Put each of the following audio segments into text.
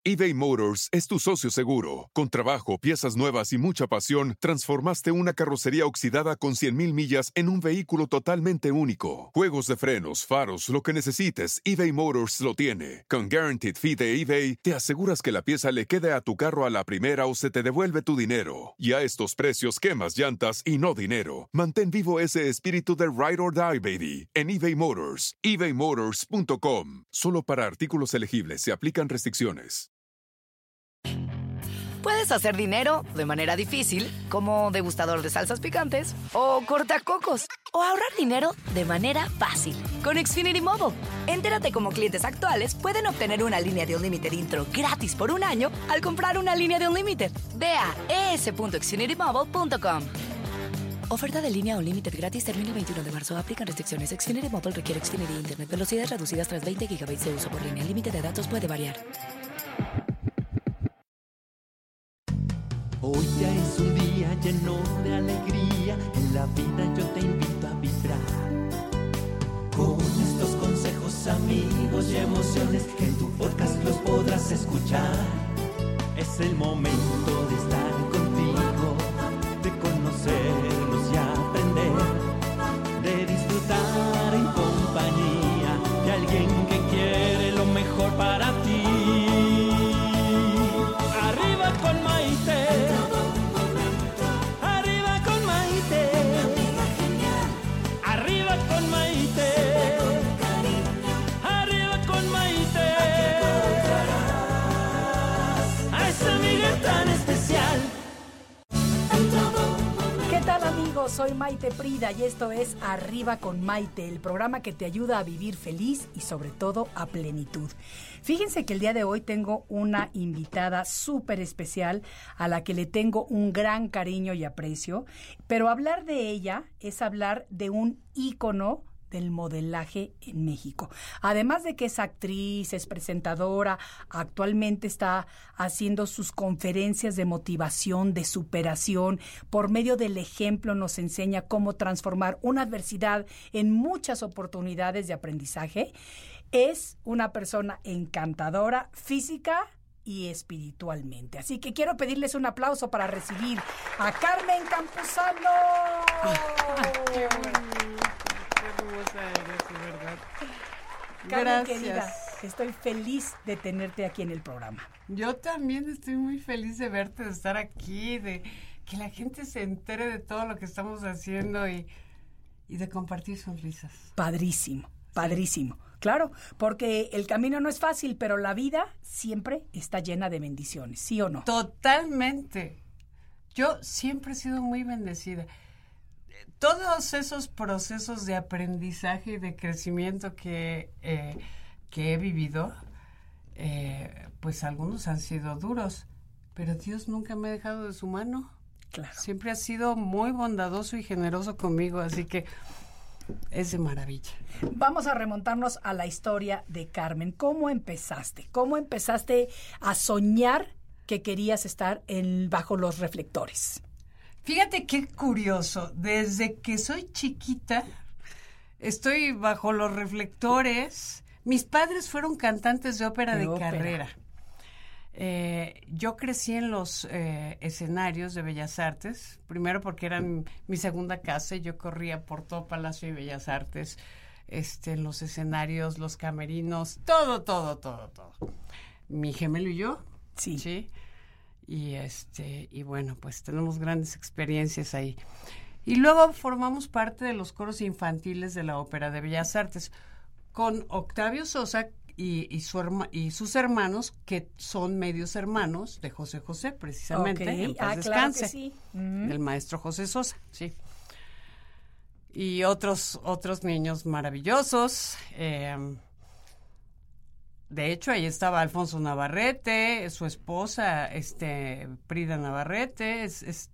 eBay Motors es tu socio seguro. Con trabajo, piezas nuevas y mucha pasión, transformaste una carrocería oxidada con 100,000 millas en un vehículo totalmente único. Juegos de frenos, faros, lo que necesites, eBay Motors lo tiene. Con Guaranteed Fee de eBay, te aseguras que la pieza le quede a tu carro a la primera o se te devuelve tu dinero. Y a estos precios, quemas llantas y no dinero. Mantén vivo ese espíritu de Ride or Die, baby, en eBay Motors. ebaymotors.com. Solo para artículos elegibles se aplican restricciones. Puedes hacer dinero de manera difícil, como degustador de salsas picantes, o cortacocos, o ahorrar dinero de manera fácil con Xfinity Mobile. Entérate cómo clientes actuales pueden obtener una línea de Unlimited intro gratis por un año al comprar una línea de Unlimited. Ve a es.xfinitymobile.com. Oferta de línea Unlimited gratis termina el 21 de marzo. Aplican restricciones. Xfinity Mobile requiere Xfinity Internet. Velocidades reducidas tras 20 GB de uso por línea. El límite de datos puede variar. Hoy ya es un día lleno de alegría, en la vida yo te invito a vibrar. Con estos consejos, amigos y emociones que en tu podcast los podrás escuchar. Es el momento de estar contigo, de conocernos y aprender, de disfrutar en compañía de alguien que quiere lo mejor para ti. Arriba con Maite. Soy Maite Prida y esto es Arriba con Maite, el programa que te ayuda a vivir feliz y sobre todo a plenitud. Fíjense que el día de hoy tengo una invitada súper especial a la que le tengo un gran cariño y aprecio, pero hablar de ella es hablar de un ícono del modelaje en México. Además de que es actriz, es presentadora, actualmente está haciendo sus conferencias de motivación, de superación. Por medio del ejemplo nos enseña cómo transformar una adversidad en muchas oportunidades de aprendizaje. Es una persona encantadora, física y espiritualmente. Así que quiero pedirles un aplauso para recibir a Carmen Campuzano. ¡Qué bueno! Qué hermosa eres, de verdad. Carmen, Gracias. querida, estoy feliz de tenerte aquí en el programa. Yo también estoy muy feliz de verte, de estar aquí, de que la gente se entere de todo lo que estamos haciendo y de compartir sonrisas. Padrísimo, padrísimo. Sí. Claro, porque el camino no es fácil, pero la vida siempre está llena de bendiciones, ¿sí o no? Totalmente. Yo siempre he sido muy bendecida. Todos esos procesos de aprendizaje y de crecimiento que he vivido, pues algunos han sido duros, pero Dios nunca me ha dejado de su mano. Claro. Siempre ha sido muy bondadoso y generoso conmigo, así que es de maravilla. Vamos a remontarnos a la historia de Carmen. ¿Cómo empezaste? ¿Cómo empezaste a soñar que querías estar bajo los reflectores? Fíjate qué curioso, desde que soy chiquita estoy bajo los reflectores. Mis padres fueron cantantes de ópera de carrera. Yo crecí en los escenarios de Bellas Artes, primero porque eran mi segunda casa y yo corría por todo Palacio de Bellas Artes, en los escenarios, los camerinos, todo. Mi gemelo y yo, ¿sí? Y bueno, pues tenemos grandes experiencias ahí. Y luego formamos parte de los coros infantiles de la Ópera de Bellas Artes con Octavio Sosa y sus hermanos, que son medios hermanos de José José, precisamente, en paz descanse, claro que sí. del maestro José Sosa, sí. Y otros niños maravillosos. De hecho, ahí estaba Alfonso Navarrete, su esposa, Prida Navarrete,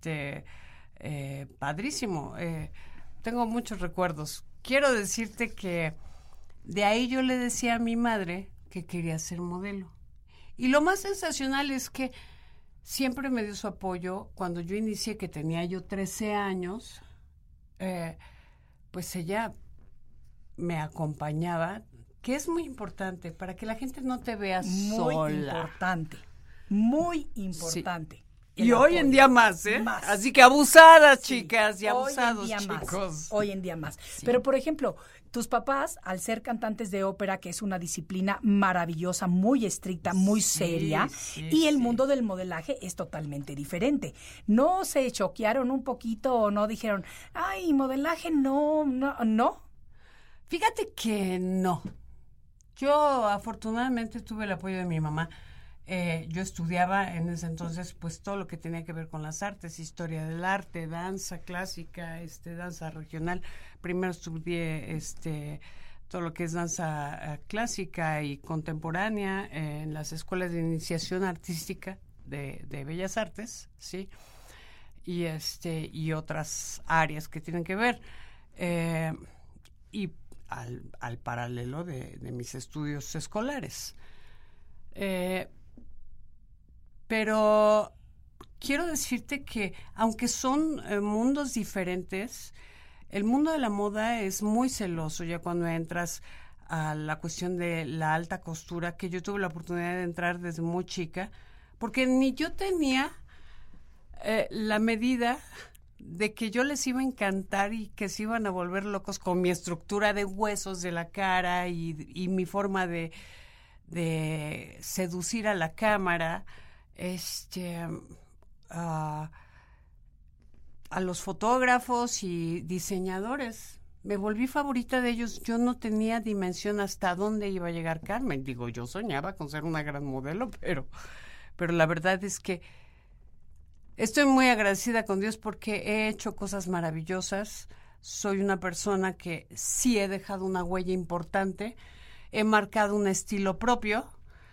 padrísimo. Tengo muchos recuerdos. Quiero decirte que de ahí yo le decía a mi madre que quería ser modelo. Y lo más sensacional es que siempre me dio su apoyo. Cuando yo inicié, que tenía yo 13 años, pues ella me acompañaba que es muy importante para que la gente no te vea Muy sola. muy importante. Sí. El Y hoy apoyo. en día más, ¿eh? Más. Así que abusadas, Sí, chicas, y abusados, hoy en día chicos. Más, hoy en día más. Sí. Pero, por ejemplo, tus papás, al ser cantantes de ópera, que es una disciplina maravillosa, muy estricta, muy Sí, seria, sí, y el sí. mundo del modelaje es totalmente diferente. ¿No se choquearon un poquito o no dijeron, ay, modelaje no? Fíjate que no. Yo afortunadamente tuve el apoyo de mi mamá. Yo estudiaba en ese entonces pues todo lo que tenía que ver con las artes, historia del arte, danza clásica, danza regional. Primero estudié todo lo que es danza clásica y contemporánea en las escuelas de iniciación artística de Bellas Artes, ¿sí? Y otras áreas que tienen que ver. Y al paralelo de mis estudios escolares. Pero quiero decirte que, aunque son mundos diferentes, el mundo de la moda es muy celoso ya cuando entras a la cuestión de la alta costura, que yo tuve la oportunidad de entrar desde muy chica, porque ni yo tenía la medida de que yo les iba a encantar y que se iban a volver locos con mi estructura de huesos de la cara y mi forma de seducir a la cámara, a los fotógrafos y diseñadores. Me volví favorita de ellos. Yo no tenía dimensión hasta dónde iba a llegar Carmen. Digo, yo soñaba con ser una gran modelo, pero la verdad es que estoy muy agradecida con Dios porque he hecho cosas maravillosas. Soy una persona que sí he dejado una huella importante. He marcado un estilo propio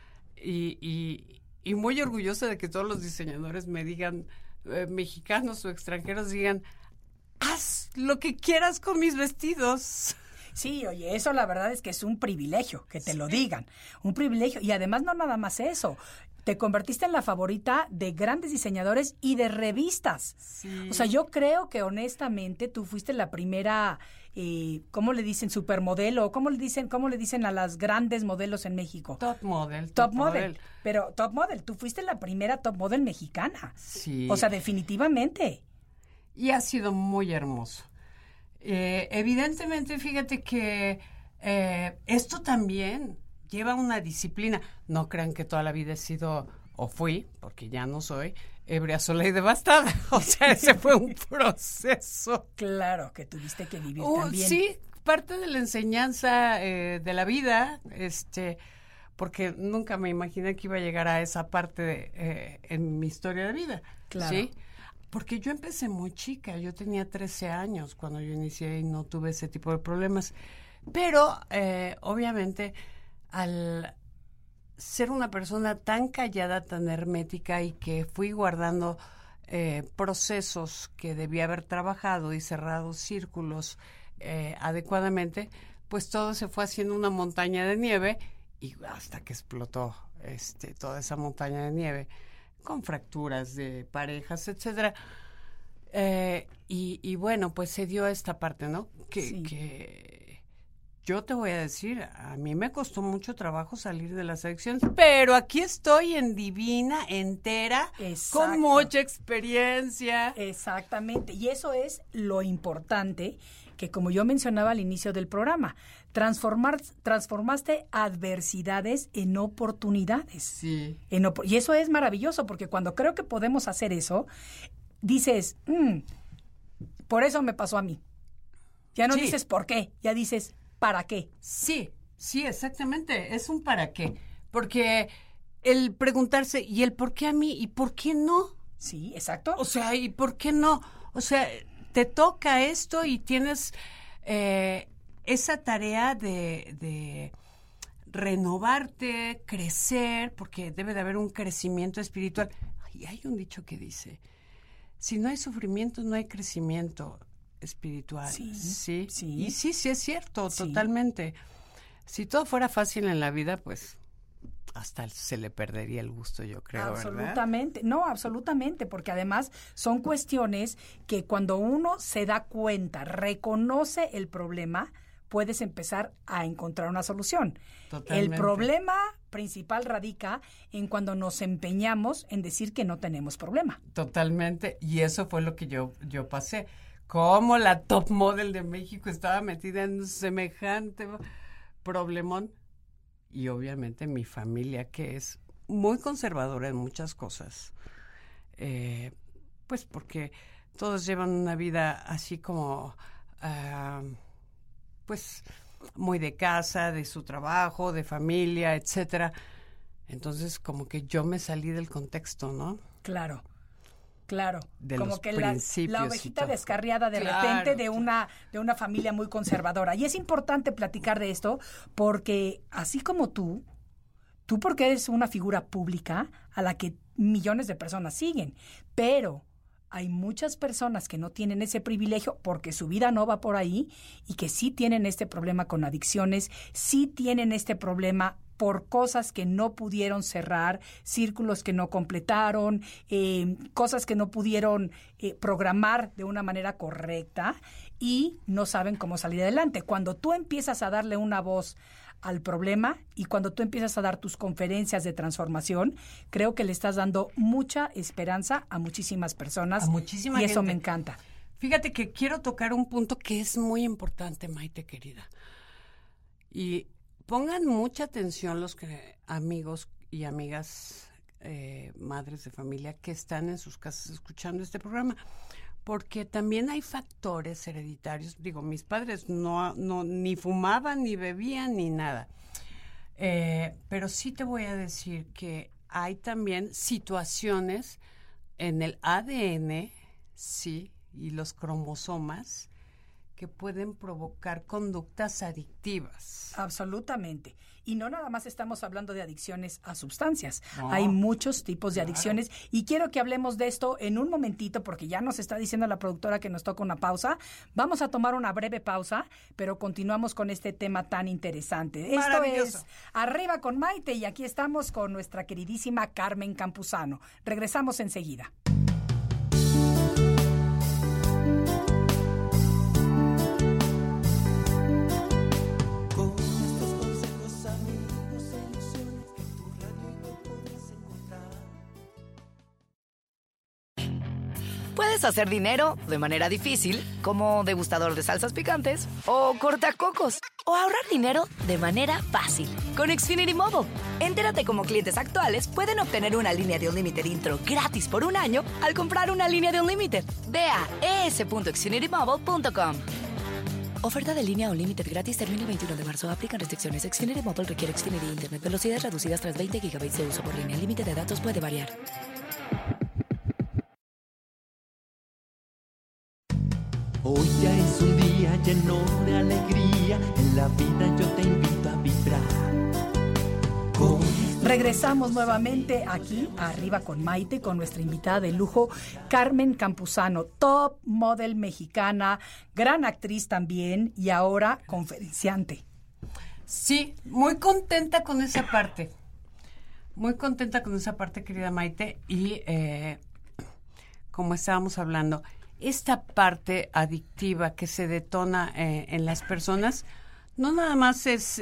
y muy orgullosa de que todos los diseñadores me digan, mexicanos o extranjeros, digan, haz lo que quieras con mis vestidos. Sí, oye, eso la verdad es que es un privilegio, que te lo digan, un privilegio. Y además no nada más eso, te convertiste en la favorita de grandes diseñadores y de revistas. Sí. O sea, yo creo que honestamente tú fuiste la primera, ¿cómo le dicen? Supermodelo, ¿cómo le dicen a las grandes modelos en México? Top model. Pero top model, tú fuiste la primera top model mexicana. Sí. O sea, definitivamente. Y ha sido muy hermoso. Evidentemente, fíjate que esto también lleva una disciplina. No crean que toda la vida he sido, o fui, porque ya no soy, ebria, sola y devastada. O sea, ese fue un proceso. Claro, que tuviste que vivir también. Sí, parte de la enseñanza de la vida, porque nunca me imaginé que iba a llegar a esa parte en mi historia de vida. Claro. ¿Sí? Porque yo empecé muy chica, yo tenía 13 años cuando yo inicié y no tuve ese tipo de problemas. Pero, obviamente, al ser una persona tan callada, tan hermética y que fui guardando procesos que debía haber trabajado y cerrado círculos adecuadamente, pues todo se fue haciendo una montaña de nieve y hasta que explotó toda esa montaña de nieve con fracturas de parejas, etcétera. Y bueno, pues se dio esta parte, ¿no? Que yo te voy a decir, a mí me costó mucho trabajo salir de las adicciones, pero aquí estoy en divina, entera, con mucha experiencia. Exactamente, y eso es lo importante, que como yo mencionaba al inicio del programa, transformaste adversidades en oportunidades. Sí. Y eso es maravilloso, porque cuando creo que podemos hacer eso, dices, por eso me pasó a mí. Ya no dices por qué, ya dices para qué. Sí, exactamente, es un para qué. Porque el preguntarse, ¿y el por qué a mí? ¿Y por qué no? Sí, exacto. O sea, ¿y por qué no? O sea, te toca esto y tienes esa tarea de renovarte, crecer, porque debe de haber un crecimiento espiritual. Y hay un dicho que dice, si no hay sufrimiento, no hay crecimiento espiritual. Sí. Y sí es cierto, totalmente. Si todo fuera fácil en la vida, pues hasta se le perdería el gusto, yo creo, absolutamente, ¿verdad? No, absolutamente, porque además son cuestiones que cuando uno se da cuenta, reconoce el problema, puedes empezar a encontrar una solución. Totalmente. El problema principal radica en cuando nos empeñamos en decir que no tenemos problema. Totalmente, y eso fue lo que yo pasé. Como la top model de México estaba metida en un semejante problemón, y obviamente mi familia, que es muy conservadora en muchas cosas, pues porque todos llevan una vida así como, pues muy de casa, de su trabajo, de familia, etcétera. Entonces como que yo me salí del contexto, ¿no? Claro. De Como los que principios la y ovejita todo. descarriada de Claro, repente de una familia muy conservadora. Y es importante platicar de esto porque así como tú porque eres una figura pública a la que millones de personas siguen, pero hay muchas personas que no tienen ese privilegio porque su vida no va por ahí y que sí tienen este problema con adicciones, sí tienen este problema por cosas que no pudieron cerrar, círculos que no completaron, cosas que no pudieron programar de una manera correcta y no saben cómo salir adelante. Cuando tú empiezas a darle una voz al problema y cuando tú empiezas a dar tus conferencias de transformación, creo que le estás dando mucha esperanza a muchísimas personas. A muchísima y eso gente. me encanta. Fíjate que quiero tocar un punto que es muy importante, Maite querida. Y pongan mucha atención los amigos y amigas, madres de familia que están en sus casas escuchando este programa, porque también hay factores hereditarios. Digo, mis padres no ni fumaban, ni bebían, ni nada. Pero sí te voy a decir que hay también situaciones en el ADN, sí, y los cromosomas que pueden provocar conductas adictivas. Absolutamente. Y no nada más estamos hablando de adicciones a sustancias. No. Hay muchos tipos de adicciones y quiero que hablemos de esto en un momentito porque ya nos está diciendo la productora que nos toca una pausa. Vamos a tomar una breve pausa, pero continuamos con este tema tan interesante. Esto es Arriba con Maite y aquí estamos con nuestra queridísima Carmen Campuzano. Regresamos enseguida. Puedes hacer dinero de manera difícil, como degustador de salsas picantes, o cortacocos, o ahorrar dinero de manera fácil con Xfinity Mobile. Entérate cómo clientes actuales pueden obtener una línea de Unlimited intro gratis por un año al comprar una línea de Unlimited. Ve a es.xfinitymobile.com. Oferta de línea Unlimited gratis termina el 21 de marzo. Aplican restricciones. Xfinity Mobile requiere Xfinity Internet. Velocidades reducidas tras 20 GB de uso por línea. El límite de datos puede variar. Hoy ya es un día lleno de alegría, en la vida yo te invito a vibrar. Regresamos nuevamente aquí, Arriba con Maite, con nuestra invitada de lujo, Carmen Campuzano, top model mexicana, gran actriz también y ahora conferenciante. Sí, muy contenta con esa parte. Muy contenta con esa parte, querida Maite. Y como estábamos hablando, esta parte adictiva que se detona en las personas, no nada más es,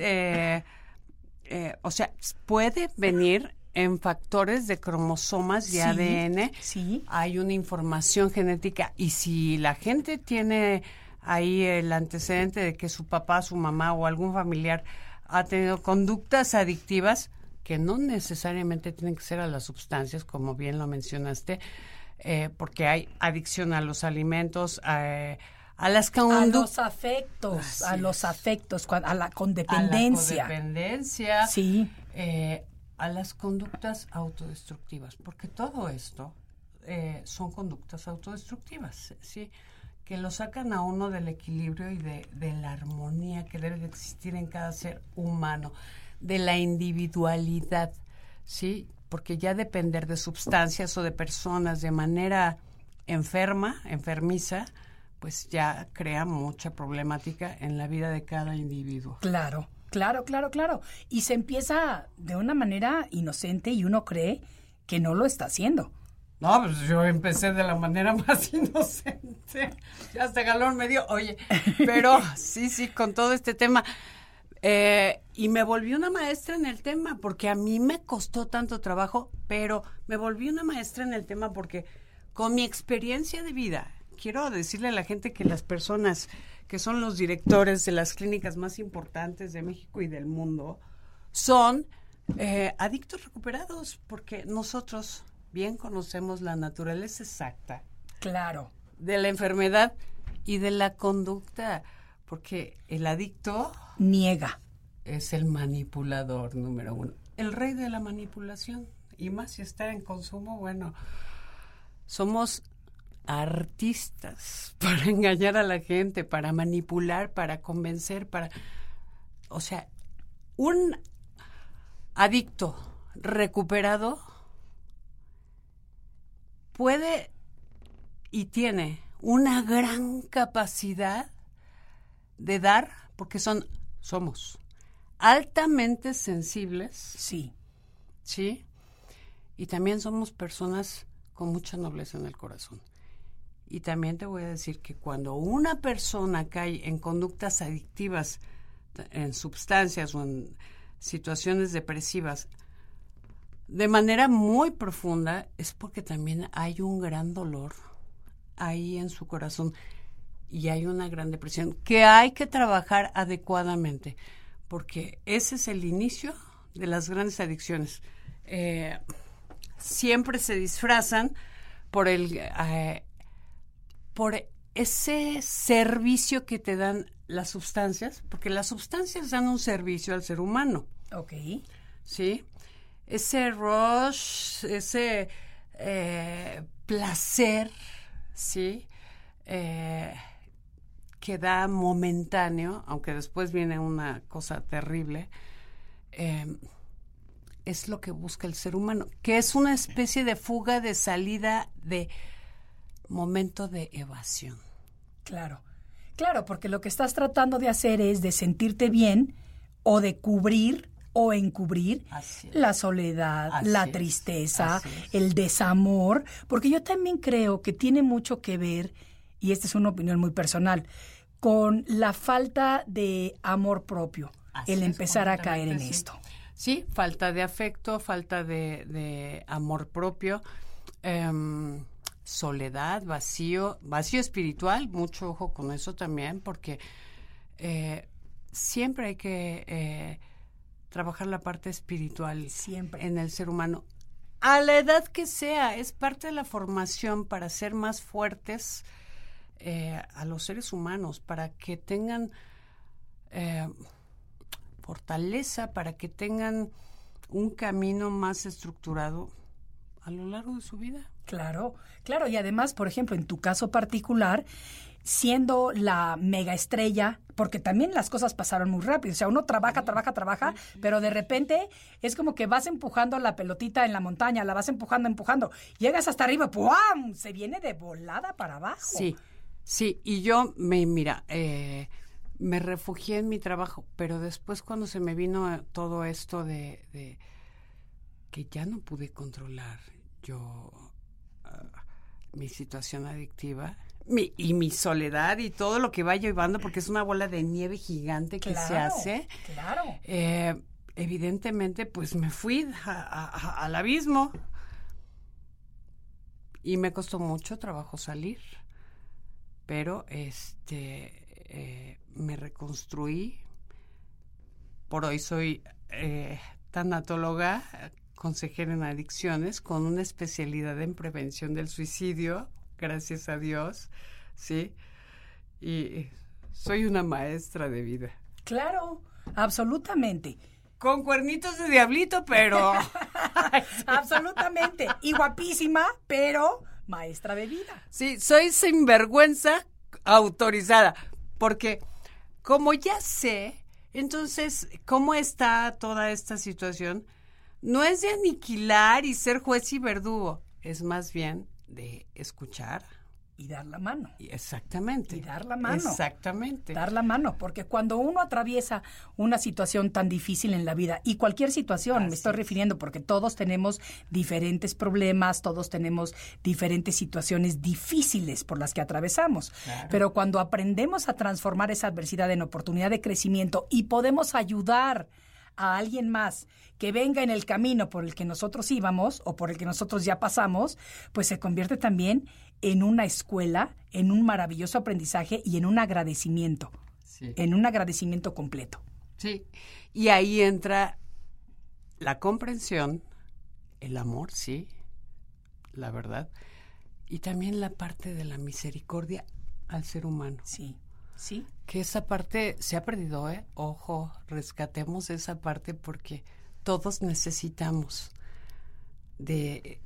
o sea, puede venir en factores de cromosomas de ADN. Sí. Hay una información genética y si la gente tiene ahí el antecedente de que su papá, su mamá o algún familiar ha tenido conductas adictivas, que no necesariamente tienen que ser a las sustancias, como bien lo mencionaste, porque hay adicción a los alimentos, a las conductas. A los afectos, a la condependencia. A la codependencia. Sí. A las conductas autodestructivas, porque todo esto son conductas autodestructivas, ¿sí? Que lo sacan a uno del equilibrio y de la armonía que debe de existir en cada ser humano, de la individualidad, ¿sí? Porque ya depender de sustancias o de personas de manera enfermiza, pues ya crea mucha problemática en la vida de cada individuo. Claro. Y se empieza de una manera inocente y uno cree que no lo está haciendo. No, pues yo empecé de la manera más inocente. Hasta galón me dio. Oye, pero sí, con todo este tema. Y me volví una maestra en el tema, porque a mí me costó tanto trabajo, pero me volví una maestra en el tema porque con mi experiencia de vida, quiero decirle a la gente que las personas que son los directores de las clínicas más importantes de México y del mundo son adictos recuperados, porque nosotros bien conocemos la naturaleza exacta. Claro. De la enfermedad y de la conducta, porque el adicto niega. Es el manipulador número 1, el rey de la manipulación, y más si está en consumo. Bueno, somos artistas para engañar a la gente, para manipular, para convencer, o sea, un adicto recuperado puede y tiene una gran capacidad de dar, porque somos altamente sensibles. Sí. Sí. Y también somos personas con mucha nobleza en el corazón. Y también te voy a decir que cuando una persona cae en conductas adictivas, en sustancias o en situaciones depresivas, de manera muy profunda, es porque también hay un gran dolor ahí en su corazón y hay una gran depresión que hay que trabajar adecuadamente, porque ese es el inicio de las grandes adicciones. Siempre se disfrazan por ese servicio que te dan las sustancias, porque las sustancias dan un servicio al ser humano. Ok. ¿Sí? Ese rush, ese placer, ¿sí? Que da momentáneo, aunque después viene una cosa terrible, es lo que busca el ser humano, que es una especie de fuga, de salida, de momento de evasión. Claro, porque lo que estás tratando de hacer es de sentirte bien o de cubrir o encubrir la soledad, la tristeza, el desamor, porque yo también creo que tiene mucho que ver, y esta es una opinión muy personal, con la falta de amor propio, el empezar a caer en esto. Sí, falta de afecto, falta de amor propio, soledad, vacío espiritual, mucho ojo con eso también, porque siempre hay que trabajar la parte espiritual siempre en el ser humano, a la edad que sea. Es parte de la formación para ser más fuertes a los seres humanos, para que tengan fortaleza, para que tengan un camino más estructurado a lo largo de su vida. Claro, y además, por ejemplo, en tu caso particular, siendo la mega estrella, porque también las cosas pasaron muy rápido, o sea, uno trabaja, pero de repente es como que vas empujando la pelotita en la montaña, la vas empujando, llegas hasta arriba, ¡pum!, se viene de volada para abajo. Sí, y yo me refugié en mi trabajo, pero después cuando se me vino todo esto de que ya no pude controlar yo mi situación adictiva y mi soledad y todo lo que va llevando, porque es una bola de nieve gigante que se hace. Claro. Evidentemente, pues me fui al abismo y me costó mucho trabajo salir, pero me reconstruí. Por hoy soy tanatóloga, consejera en adicciones, con una especialidad en prevención del suicidio, gracias a Dios, ¿sí? Y soy una maestra de vida. Claro, absolutamente. Con cuernitos de diablito, pero... Absolutamente. Y guapísima, pero maestra de vida. Sí, soy sinvergüenza autorizada, porque como ya sé, entonces, ¿cómo está toda esta situación? No es de aniquilar y ser juez y verdugo, es más bien de escuchar, y dar la mano. Exactamente. Y dar la mano. Exactamente. Dar la mano, porque cuando uno atraviesa una situación tan difícil en la vida, y cualquier situación, me estoy refiriendo, porque todos tenemos diferentes problemas, todos tenemos diferentes situaciones difíciles por las que atravesamos. Claro. Pero cuando aprendemos a transformar esa adversidad en oportunidad de crecimiento y podemos ayudar a alguien más que venga en el camino por el que nosotros íbamos o por el que nosotros ya pasamos, pues se convierte también en una escuela, en un maravilloso aprendizaje y en un agradecimiento, en un agradecimiento completo. Sí, y ahí entra la comprensión, el amor, sí, la verdad, y también la parte de la misericordia al ser humano. Sí. Sí. Que esa parte se ha perdido, ¿eh? Ojo, rescatemos esa parte porque todos necesitamos de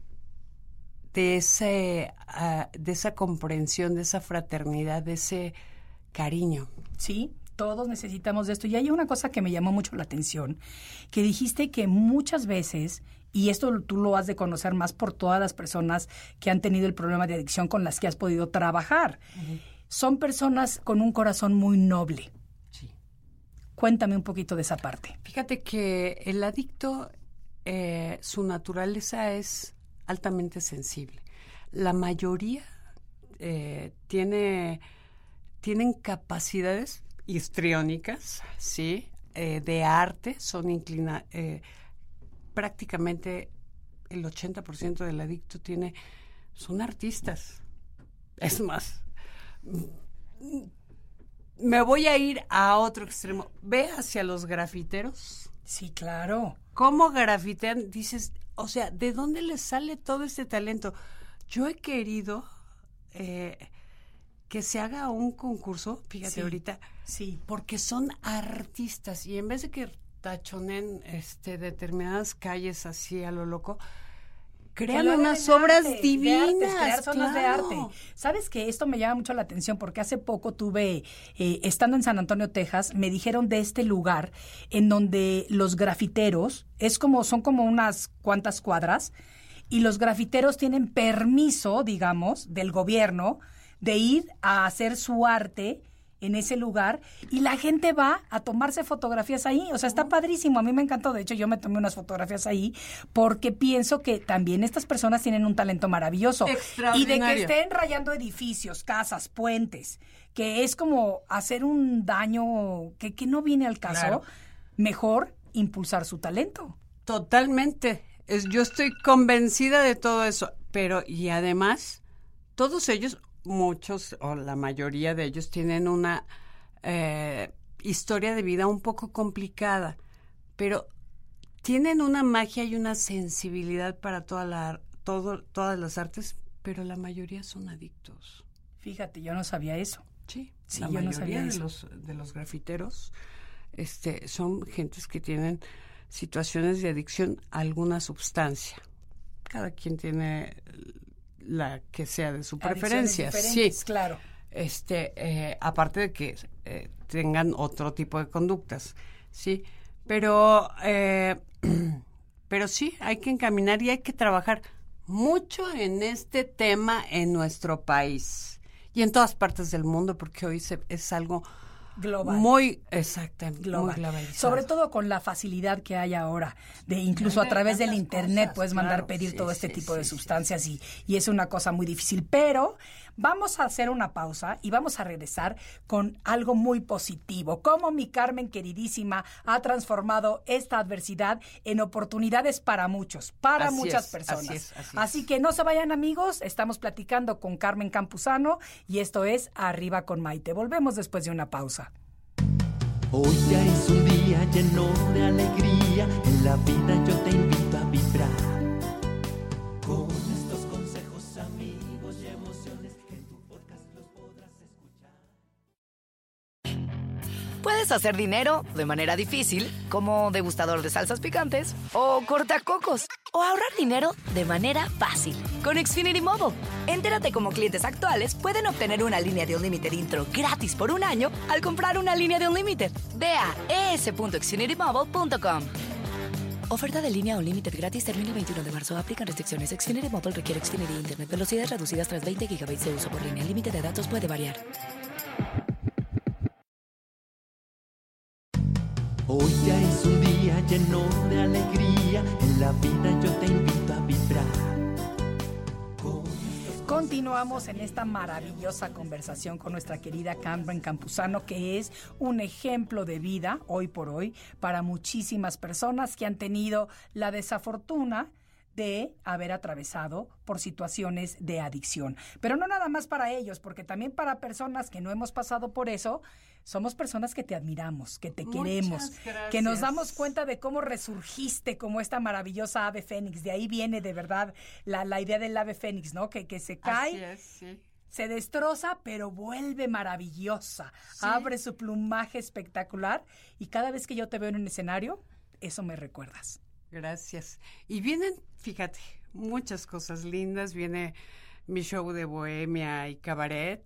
esa comprensión, de esa fraternidad, de ese cariño. Sí, todos necesitamos de esto. Y hay una cosa que me llamó mucho la atención, que dijiste que muchas veces, y esto tú lo has de conocer más por todas las personas que han tenido el problema de adicción con las que has podido trabajar, son personas con un corazón muy noble. Sí. Cuéntame un poquito de esa parte. Fíjate que el adicto, su naturaleza es altamente sensible. La mayoría tienen capacidades histriónicas, ¿sí? De arte, son prácticamente el 80% del adicto son artistas. Es más, me voy a ir a otro extremo. Ve hacia los grafiteros. Sí, claro. ¿Cómo grafitean? Dices, o sea, ¿de dónde les sale todo este talento? Yo he querido que se haga un concurso, fíjate ahorita, porque son artistas y en vez de que tachonen determinadas calles así a lo loco, crean unas obras divinas. Crear zonas de arte. ¿Sabes qué? Esto me llama mucho la atención porque hace poco tuve, estando en San Antonio, Texas, me dijeron de este lugar en donde los grafiteros, son como unas cuantas cuadras, y los grafiteros tienen permiso, digamos, del gobierno de ir a hacer su arte en ese lugar y la gente va a tomarse fotografías ahí. O sea, está padrísimo. A mí me encantó. De hecho, yo me tomé unas fotografías ahí porque pienso que también estas personas tienen un talento maravilloso. Y de que estén rayando edificios, casas, puentes, que es como hacer un daño que no viene al caso, claro. Mejor impulsar su talento. Totalmente. Yo estoy convencida de todo eso. Pero, y además, todos ellos, muchos o la mayoría de ellos tienen una historia de vida un poco complicada, pero tienen una magia y una sensibilidad para todas las artes, pero la mayoría son adictos. Fíjate, yo no sabía eso. Sí, la mayoría de los grafiteros son gentes que tienen situaciones de adicción a alguna sustancia. Cada quien tiene la que sea de su preferencia, sí, claro. Aparte de que tengan otro tipo de conductas, sí, pero sí, hay que encaminar y hay que trabajar mucho en este tema en nuestro país y en todas partes del mundo, porque hoy es algo global. Muy exactamente, global. Muy globalizado. Sobre todo con la facilidad que hay ahora, de incluso a través del internet puedes mandar pedir todo este tipo de sustancias y es una cosa muy difícil. Pero vamos a hacer una pausa y vamos a regresar con algo muy positivo. Cómo mi Carmen queridísima ha transformado esta adversidad en oportunidades para muchos, para muchas personas. Así que no se vayan, amigos, estamos platicando con Carmen Campuzano y esto es Arriba con Maite. Volvemos después de una pausa. Hoy ya es un día lleno de alegría, en la vida yo te invito a vibrar. Con estos consejos, amigos y emociones que en tu podcast los podrás escuchar. Puedes hacer dinero de manera difícil, como degustador de salsas picantes, o cortacocos, o ahorrar dinero de manera fácil con Xfinity Mobile. Entérate cómo clientes actuales pueden obtener una línea de Unlimited intro gratis por un año al comprar una línea de Unlimited. Ve a es.xfinitymobile.com. Oferta de línea o límite gratis termina el 21 de marzo. Aplican restricciones. Xfinity Mobile requiere Xfinity Internet. Velocidades reducidas tras 20 GB de uso por línea. El límite de datos puede variar. Hoy ya es un día lleno de alegría. En la vida yo te invito a vibrar. Continuamos en esta maravillosa conversación con nuestra querida Carmen Campuzano, que es un ejemplo de vida, hoy por hoy, para muchísimas personas que han tenido la desafortuna de haber atravesado por situaciones de adicción. Pero no nada más para ellos, porque también para personas que no hemos pasado por eso, somos personas que te admiramos, que te queremos, que nos damos cuenta de cómo resurgiste como esta maravillosa ave fénix. De ahí viene de verdad la idea del ave fénix, ¿no? Que se cae. Así es, sí. Se destroza, pero vuelve maravillosa. Sí. Abre su plumaje espectacular y cada vez que yo te veo en un escenario, eso me recuerdas. Gracias. Y vienen, fíjate, muchas cosas lindas. Viene mi show de Bohemia y Cabaret.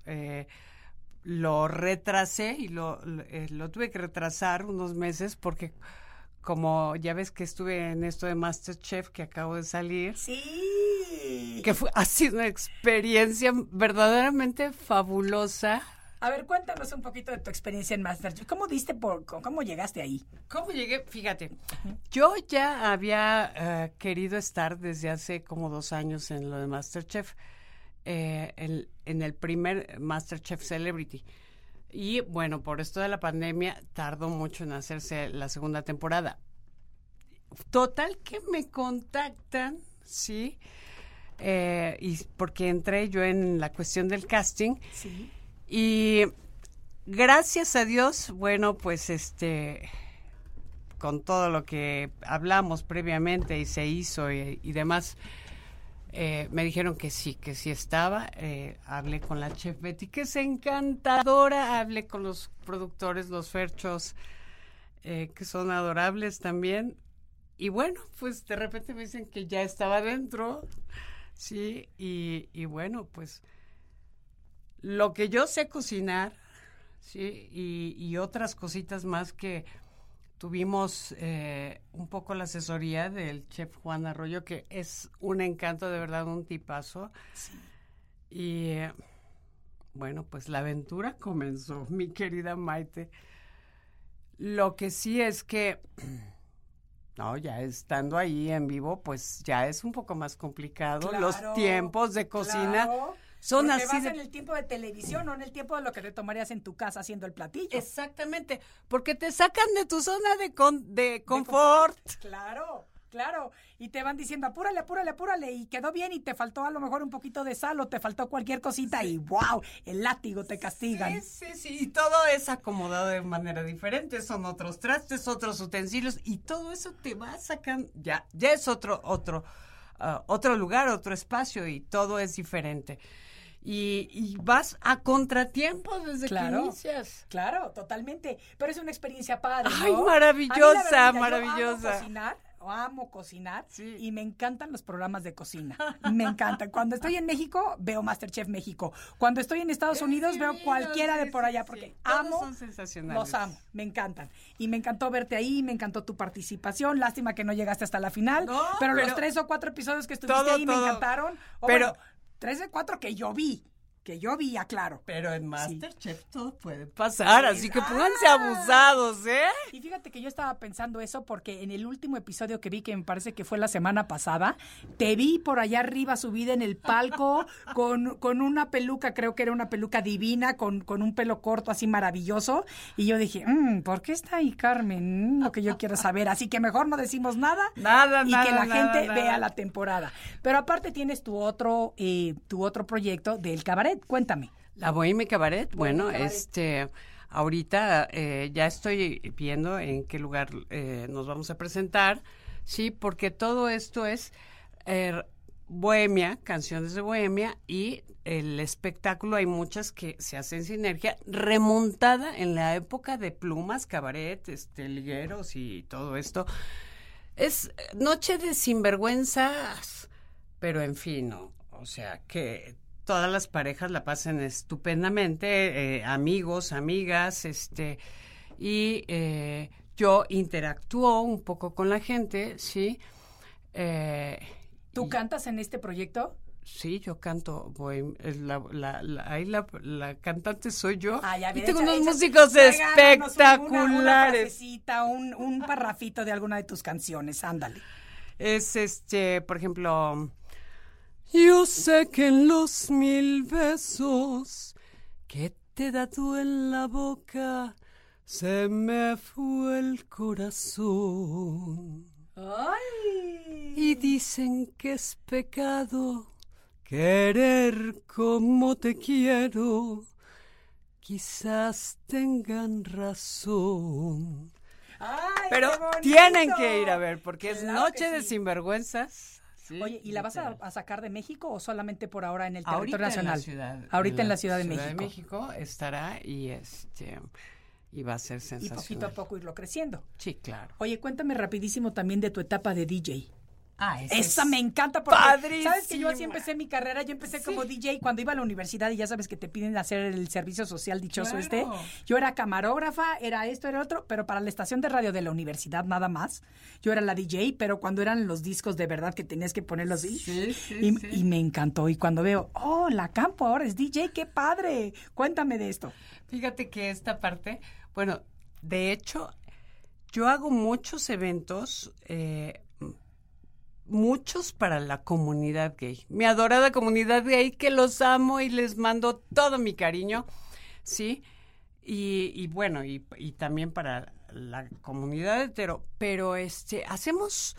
Lo retrasé y lo tuve que retrasar unos meses porque como ya ves que estuve en esto de MasterChef que acabo de salir. Sí. Que ha sido una experiencia verdaderamente fabulosa. A ver, cuéntanos un poquito de tu experiencia en MasterChef. ¿Cómo llegaste ahí? ¿Cómo llegué? Fíjate, yo ya había querido estar desde hace como 2 años en lo de MasterChef, en el primer MasterChef Celebrity. Y bueno, por esto de la pandemia, tardó mucho en hacerse la segunda temporada. Total que me contactan, ¿sí? Y porque entré yo en la cuestión del casting. Sí. Y gracias a Dios, bueno, pues con todo lo que hablamos previamente y se hizo y demás, me dijeron que sí estaba. Hablé con la chef Betty, que es encantadora, hablé con los productores, los Ferchos, que son adorables también. Y bueno, pues de repente me dicen que ya estaba dentro, sí, y bueno, pues lo que yo sé cocinar, sí, y otras cositas más que tuvimos un poco la asesoría del chef Juan Arroyo, que es un encanto, de verdad, un tipazo. Sí. Y bueno, pues la aventura comenzó, mi querida Maite. Lo que sí es que, no, ya estando ahí en vivo, pues ya es un poco más complicado. Claro, los tiempos de cocina. Claro. Son porque así vas en el tiempo de televisión, no en el tiempo de lo que te tomarías en tu casa haciendo el platillo. Exactamente, porque te sacan de tu zona de confort. Claro, y te van diciendo apúrale, y quedó bien y te faltó a lo mejor un poquito de sal o te faltó cualquier cosita y ¡wow! El látigo te castigan. Sí, y todo es acomodado de manera diferente, son otros trastes, otros utensilios y todo eso te va sacando, ya es otro lugar, otro espacio y todo es diferente. Y vas a contratiempo desde que inicias. Claro, totalmente. Pero es una experiencia padre, ¿no? Ay, maravillosa, maravillosa. Amo cocinar sí. Y me encantan los programas de cocina. Me encantan. Cuando estoy en México, veo MasterChef México. Cuando estoy en Estados Unidos, veo cualquiera de por allá porque amo. Son sensacionales. Los amo, me encantan. Y me encantó verte ahí, me encantó tu participación. Lástima que no llegaste hasta la final. No, pero los 3 o 4 episodios que estuviste ahí me encantaron. Pero 3 de 4 que yo vi, aclaro. Pero en MasterChef todo puede pasar, así que pónganse abusados, ¿eh? Y fíjate que yo estaba pensando eso porque en el último episodio que vi, que me parece que fue la semana pasada, te vi por allá arriba subida en el palco con una peluca, creo que era una peluca divina, con un pelo corto así maravilloso, y yo dije, ¿por qué está ahí Carmen? Lo que yo quiero saber, así que mejor no decimos nada y que la gente vea la temporada. Pero aparte tienes tu otro proyecto del cabaret. Cuéntame. La Bohemia Cabaret, bueno, ahorita ya estoy viendo en qué lugar nos vamos a presentar, sí, porque todo esto es Bohemia, canciones de Bohemia, y el espectáculo hay muchas que se hacen sinergia, remontada en la época de Plumas, Cabaret, ligueros y todo esto. Es noche de sinvergüenzas, pero en fin, ¿no? O sea, que todas las parejas la pasen estupendamente, amigos, amigas, y yo interactúo un poco con la gente, ¿sí? ¿Tú cantas en este proyecto? Sí, yo canto, ahí la cantante soy yo. Ya y bien, tengo unos músicos espectaculares. Un parrafito de alguna de tus canciones, ándale. Es por ejemplo, yo sé que en los 1000 besos que te he dado en la boca se me fue el corazón. ¡Ay! Y dicen que es pecado querer como te quiero, quizás tengan razón. ¡Ay, pero qué bonito! Tienen que ir a ver, porque es Claro Noche que de sí. Sinvergüenzas. Sí, Oye, ¿y la vas a sacar de México o solamente por ahora en el ahorita territorio nacional? Ahorita en la Ciudad de México estará y va a ser Y sensacional. poquito a poco irlo creciendo. Sí, claro. Oye, cuéntame rapidísimo también de tu etapa de DJ. Ese Esa es me encanta porque, padrísimo. ¿sabes que yo así empecé mi carrera? Yo empecé como DJ cuando iba a la universidad y ya sabes que te piden hacer el servicio social dichoso Claro. Yo era camarógrafa, era esto, era otro, pero para la estación de radio de la universidad nada más. Yo era la DJ, pero cuando eran los discos de verdad que tenías que ponerlos así. Y me encantó. Y cuando veo, la Campo ahora es DJ, ¡qué padre! Cuéntame de esto. Fíjate que esta parte, bueno, de hecho, yo hago muchos eventos, muchos para la comunidad gay, mi adorada comunidad gay, que los amo y les mando todo mi cariño, ¿sí? Y bueno, y también para la comunidad hetero, pero hacemos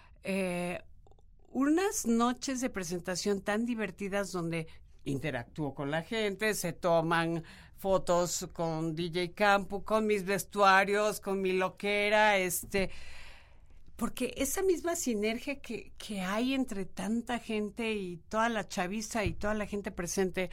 unas noches de presentación tan divertidas donde interactúo con la gente, se toman fotos con DJ Campo, con mis vestuarios, con mi loquera, porque esa misma sinergia que hay entre tanta gente y toda la chaviza y toda la gente presente,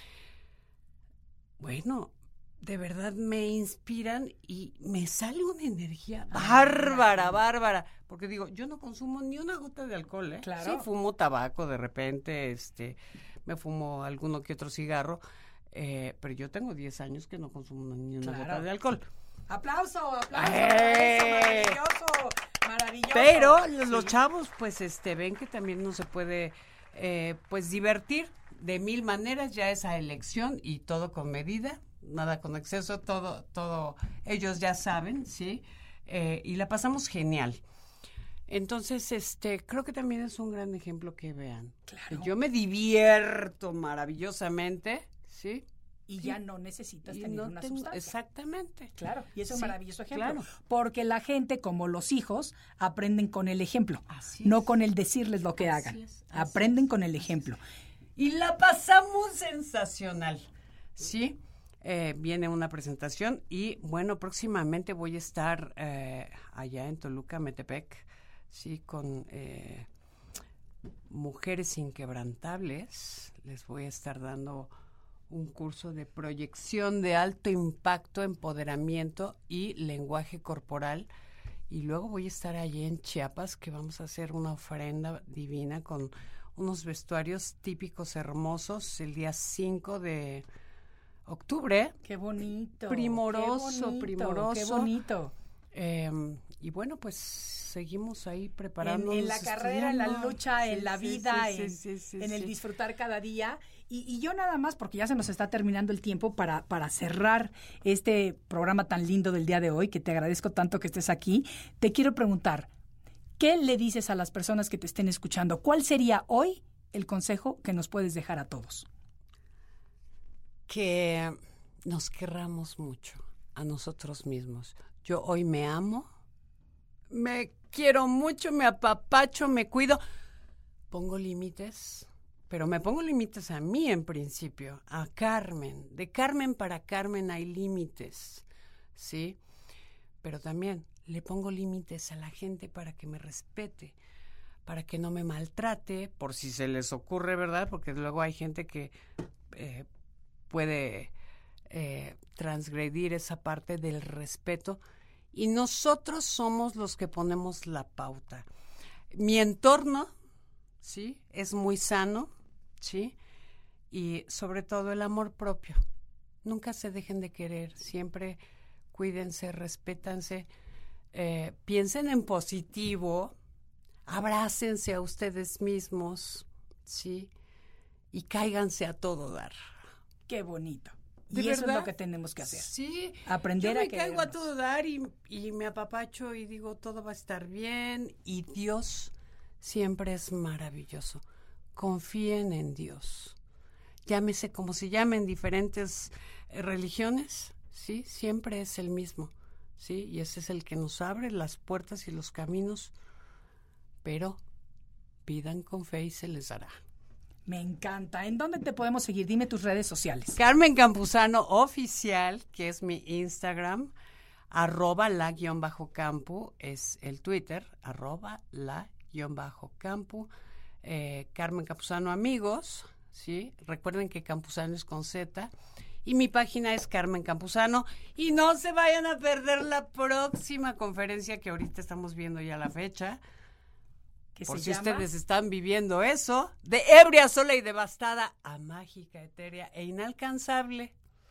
bueno, de verdad me inspiran y me sale una energía bárbara, porque digo, yo no consumo ni una gota de alcohol, ¿eh? Claro. Sí, fumo tabaco de repente, me fumo alguno que otro cigarro, pero yo tengo 10 años que no consumo ni una gota de alcohol. ¡Aplauso! ¡Eh! ¡Maravilloso! Pero los chavos, pues, ven que también no se puede, pues, divertir de 1000 maneras, ya esa elección y todo con medida, nada con exceso, todo, ellos ya saben, ¿sí? Y la pasamos genial. Entonces, creo que también es un gran ejemplo que vean. Claro. Yo me divierto maravillosamente, ¿sí? Y ya no necesitas tener una sustancia. Exactamente. Claro, y es un Sí, maravilloso ejemplo. claro. Porque la gente, como los hijos, aprenden con el ejemplo, Así no es. con el decirles lo que Así hagan. es, Aprenden con el ejemplo. Y la pasamos sensacional, ¿sí? Viene una presentación y, bueno, próximamente voy a estar allá en Toluca, Metepec, sí, con Mujeres Inquebrantables. Les voy a estar dando un curso de proyección de alto impacto, empoderamiento y lenguaje corporal. Y luego voy a estar allí en Chiapas, que vamos a hacer una ofrenda divina con unos vestuarios típicos hermosos el día 5 de octubre. ¡Qué bonito! Primoroso. ¡Qué bonito! Y bueno, pues seguimos ahí preparándonos. En la carrera, en la lucha, en la vida, en el disfrutar cada día. Y yo nada más, porque ya se nos está terminando el tiempo para cerrar este programa tan lindo del día de hoy, que te agradezco tanto que estés aquí, te quiero preguntar, ¿qué le dices a las personas que te estén escuchando? ¿Cuál sería hoy el consejo que nos puedes dejar a todos? Que nos querramos mucho a nosotros mismos. Yo hoy me amo, me quiero mucho, me apapacho, me cuido, pongo límites, pero me pongo límites a mí en principio, a Carmen. De Carmen para Carmen hay límites, ¿sí? Pero también le pongo límites a la gente para que me respete, para que no me maltrate, por si se les ocurre, ¿verdad? Porque luego hay gente que puede transgredir esa parte del respeto, y nosotros somos los que ponemos la pauta. Mi entorno, ¿sí?, es muy sano, ¿sí?, y sobre todo el amor propio. Nunca se dejen de querer, siempre cuídense, respétanse, piensen en positivo, abrácense a ustedes mismos, ¿sí? Y cáiganse a todo dar. Qué bonito. ¿De Y eso verdad? es lo que tenemos que hacer. Sí. Aprender yo a me caigo querernos. a todo dar y me apapacho y digo, todo va a estar bien. Y Dios siempre es maravilloso. Confíen en Dios. Llámese como se llamen diferentes religiones, ¿sí? Siempre es el mismo, ¿sí? Y ese es el que nos abre las puertas y los caminos. Pero pidan con fe y se les dará. Me encanta. ¿En dónde te podemos seguir? Dime tus redes sociales. Carmen Campuzano Oficial, que es mi Instagram, @la_campu, es el Twitter, @la_campu. Carmen Campuzano Amigos, ¿sí? Recuerden que Campuzano es con Z. Y mi página es Carmen Campuzano. Y no se vayan a perder la próxima conferencia, que ahorita estamos viendo ya la fecha. Que Por se si llama ustedes están viviendo eso, de ebria, sola y devastada a mágica, etérea e inalcanzable.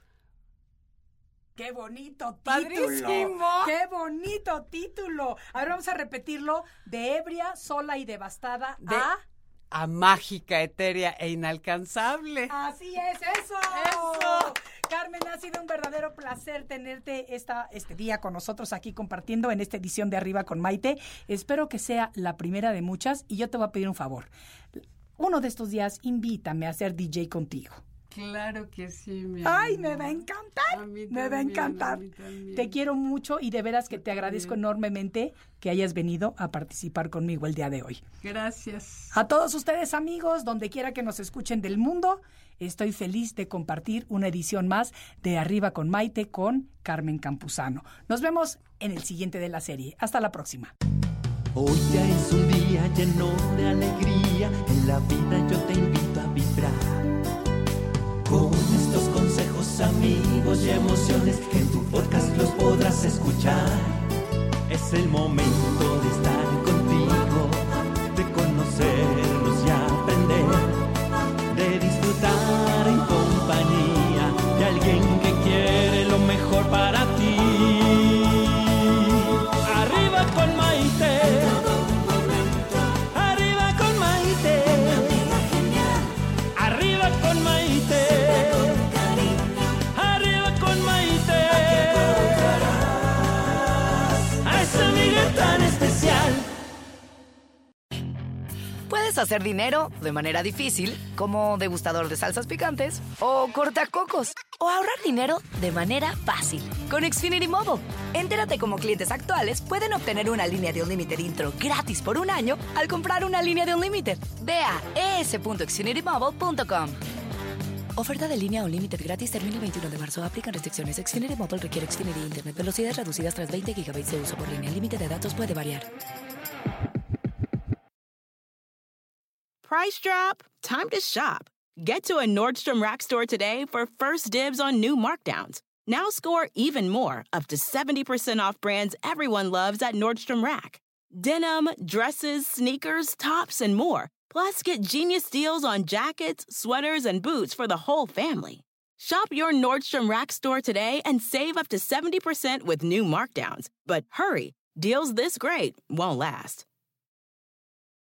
¡Qué bonito título! ¡Padrísimo! ¡Qué bonito título! Ahora vamos a repetirlo. De ebria, sola y devastada A mágica, etérea e inalcanzable. ¡Así es! ¡Eso! ¡Eso! Carmen, ha sido un verdadero placer tenerte este día con nosotros aquí compartiendo en esta edición de Arriba con Maite. Espero que sea la primera de muchas y yo te voy a pedir un favor. Uno de estos días invítame a ser DJ contigo. Claro que sí, mi ¡Ay, amor. me va a encantar! A mí Me va a también, encantar. a mí también. Te quiero mucho y de veras que Yo te agradezco también. enormemente que hayas venido a participar conmigo el día de hoy. Gracias. A todos ustedes, amigos, donde quiera que nos escuchen del mundo, estoy feliz de compartir una edición más de Arriba con Maite con Carmen Campuzano. Nos vemos en el siguiente de la serie. Hasta la próxima. Hoy ya es un día lleno de alegría, en la vida yo te invito a vibrar. Con estos consejos, amigos y emociones, que en tu podcast los podrás escuchar. Es el momento de estar contigo, de conocernos y aprender, de disfrutar en compañía de alguien que quiere lo mejor para ti. Arriba con Maite. Arriba con Maite. Arriba con Maite. Arriba con Maite. A esa amiga tan especial. Puedes hacer dinero de manera difícil, como degustador de salsas picantes, o cortacocos, o ahorrar dinero de manera fácil con Xfinity Mobile. Entérate cómo clientes actuales pueden obtener una línea de Unlimited intro gratis por un año al comprar una línea de Unlimited. Ve a es.xfinitymobile.com. Oferta de línea Unlimited gratis termina el 21 de marzo. Aplican restricciones. Xfinity Mobile requiere Xfinity Internet. Velocidades reducidas tras 20 GB de uso por línea. El límite de datos puede variar. Price drop? Time to shop. Get to a Nordstrom Rack store today for first dibs on new markdowns. Now score even more, up to 70% off brands everyone loves at Nordstrom Rack. Denim, dresses, sneakers, tops, and more. Plus, get genius deals on jackets, sweaters, and boots for the whole family. Shop your Nordstrom Rack store today and save up to 70% with new markdowns. But hurry, deals this great won't last.